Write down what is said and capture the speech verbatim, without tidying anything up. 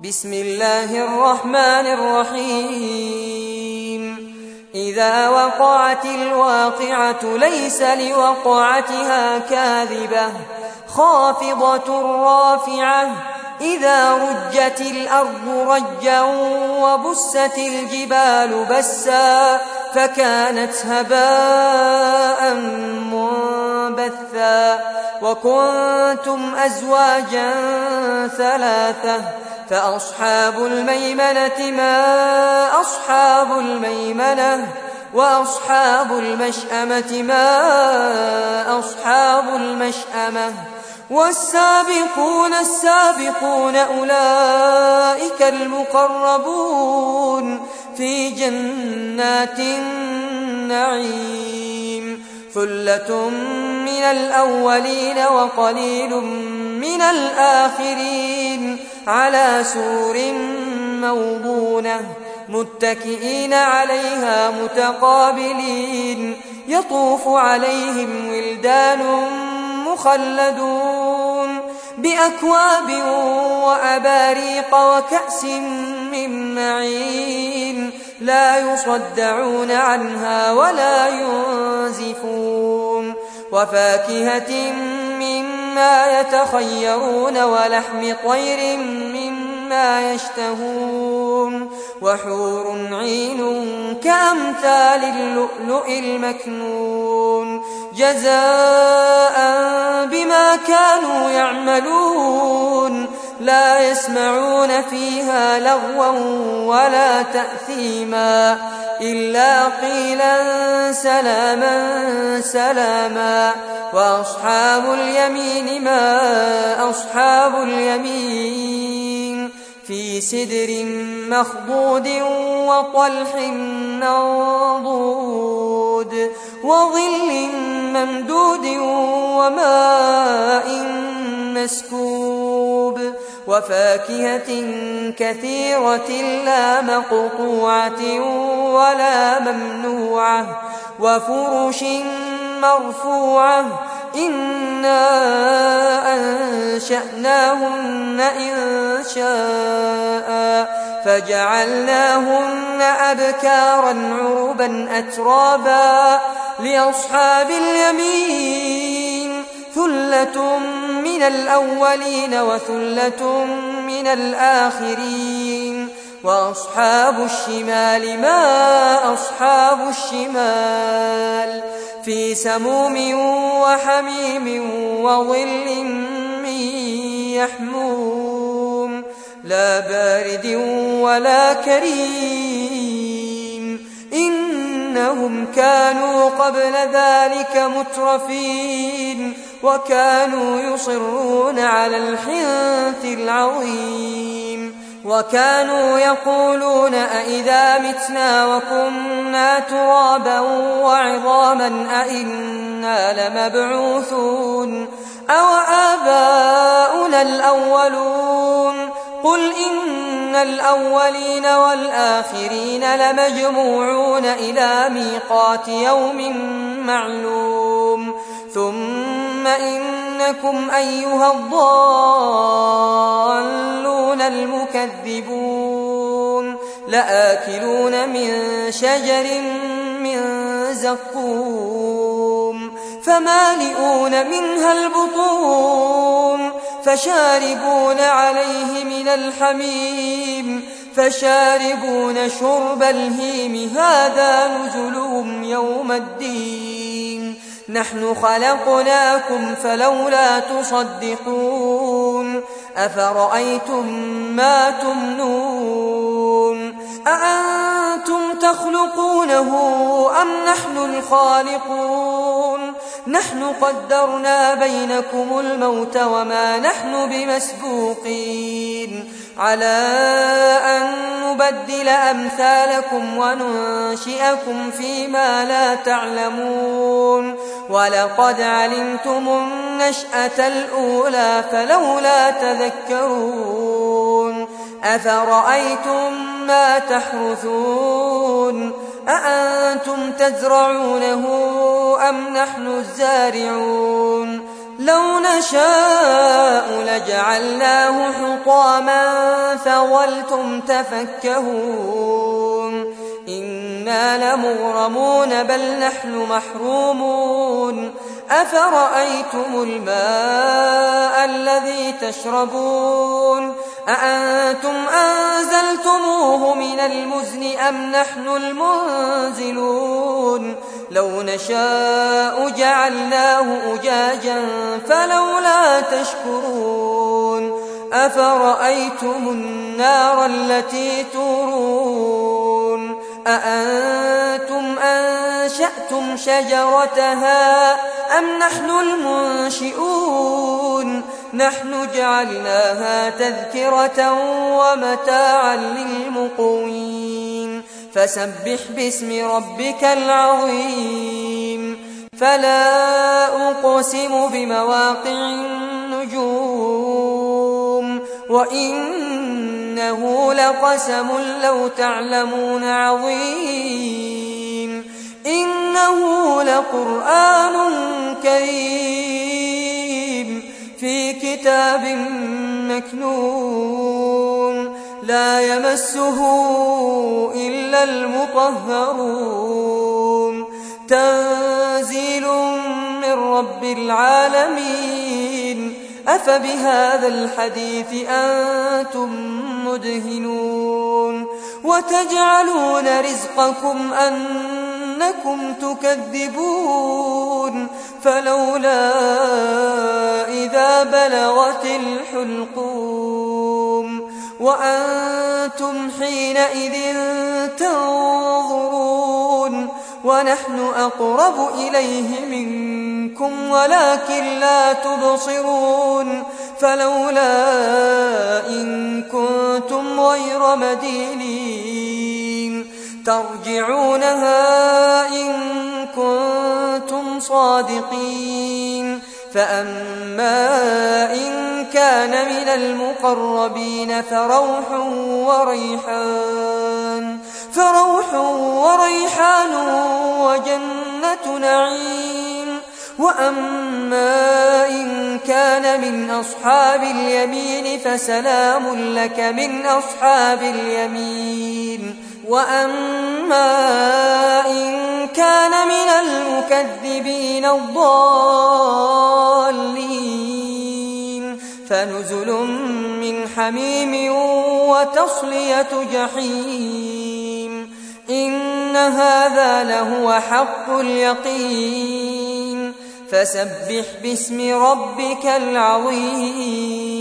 بسم الله الرحمن الرحيم إذا وقعت الواقعة ليس لوقعتها كاذبة خافضة رافعة إذا رجت الأرض رجا وبست الجبال بسا فكانت هباء منبثا وكنتم أزواجا ثلاثة فأصحاب الميمنة ما أصحاب الميمنة وأصحاب المشأمة ما أصحاب المشأمة والسابقون السابقون أولئك المقربون في جنات النعيم ثلة من الأولين وقليل من الآخرين على سور موضونة متكئين عليها متقابلين يطوف عليهم ولدان مخلدون بأكواب وأباريق وكأس من معين لا يصدعون عنها ولا ينزفون وفاكهة مما يتخيرون ولحم طير مما يشتهون وحور عين كأمثال اللؤلؤ المكنون جزاء بما كانوا يعملون لا يسمعون فيها لغوا ولا تأثيما إلا قيلا سلاما سلاما وأصحاب اليمين ما أصحاب اليمين في سدر مخضود وطلح منضود وظل ممدود وماء مسكوب وفاكهة كثيرة لا مقطوعة ولا ممنوعة وفرش مرفوعة إنا أنشأناهن إن شاء فجعلناهن أبكارا عربا أترابا لأصحاب اليمين ثلة من الأولين وثلة من الآخرين وأصحاب الشمال ما أصحاب الشمال في سموم وحميم وظل من يحموم لا بارد ولا كريم إنهم كانوا قبل ذلك مترفين وكانوا يصرون على الحنث العظيم وكانوا يقولون أئذا متنا وكنا ترابا وعظاما أئنا لمبعوثون أو آباؤنا الأولون قل إن الأولين والآخرين لمجموعون إلى ميقات يوم معلوم ثم إنكم أيها الضالون المكذبون لآكلون من شجر من زقوم فمالئون منها البطون فشاربون عليه من الحميم فشاربون شرب الهيم هذا نزلهم يوم الدين نحن خلقناكم فلولا تصدقون أفرأيتم ما تمنون أأنتم تخلقونه أم نحن الخالقون نحن قدرنا بينكم الموت وما نحن بمسبوقين على أن نبدل أمثالكم وننشئكم فيما لا تعلمون ولقد علمتم النشأة الأولى فلولا تذكرون أفرأيتم ما تحرثون أأنتم تزرعونه أم نحن الزارعون لو نشاء لجعلناه حطاما فظلتم تفكهون إنا لمغرمون بل نحن محرومون أفرأيتم الماء الذي تشربون أأنتم أنزلتموه من المزن أم نحن المنزلون لو نشاء جعلناه أجاجا فلولا تشكرون أفرأيتم النار التي تورون أأنتم أنشأتم شجرتها أم نحن المنشئون نحن جعلناها تذكرة ومتاعا للمقوين فسبح باسم ربك العظيم فلا أقسم بمواقع النجوم وإنه لقسم لو تعلمون عظيم إنه لقرآن كريم في كتاب مكنون لا يمسه إلا المطهرون تنزيل من رب العالمين أفبهذا الحديث أنتم مدهنون وتجعلون رزقكم أنكم تكذبون فلولا إذا بلغت الحلقوم وأنتم حينئذ تنظرون ونحن أقرب إليه منكم ولكن لا تبصرون فلولا إن كنتم غير مدينين ترجعونها إن كنتم صادقين فأما إن كان من المقربين فروح وريحان فروح وريحان وجنة نعيم وأما إن كان من أصحاب اليمين فسلام لك من أصحاب اليمين وأما إن كان من المكذبين الضالين فنزل من حميم وتصلية جحيم إن هذا لهو حق اليقين فسبح باسم ربك العظيم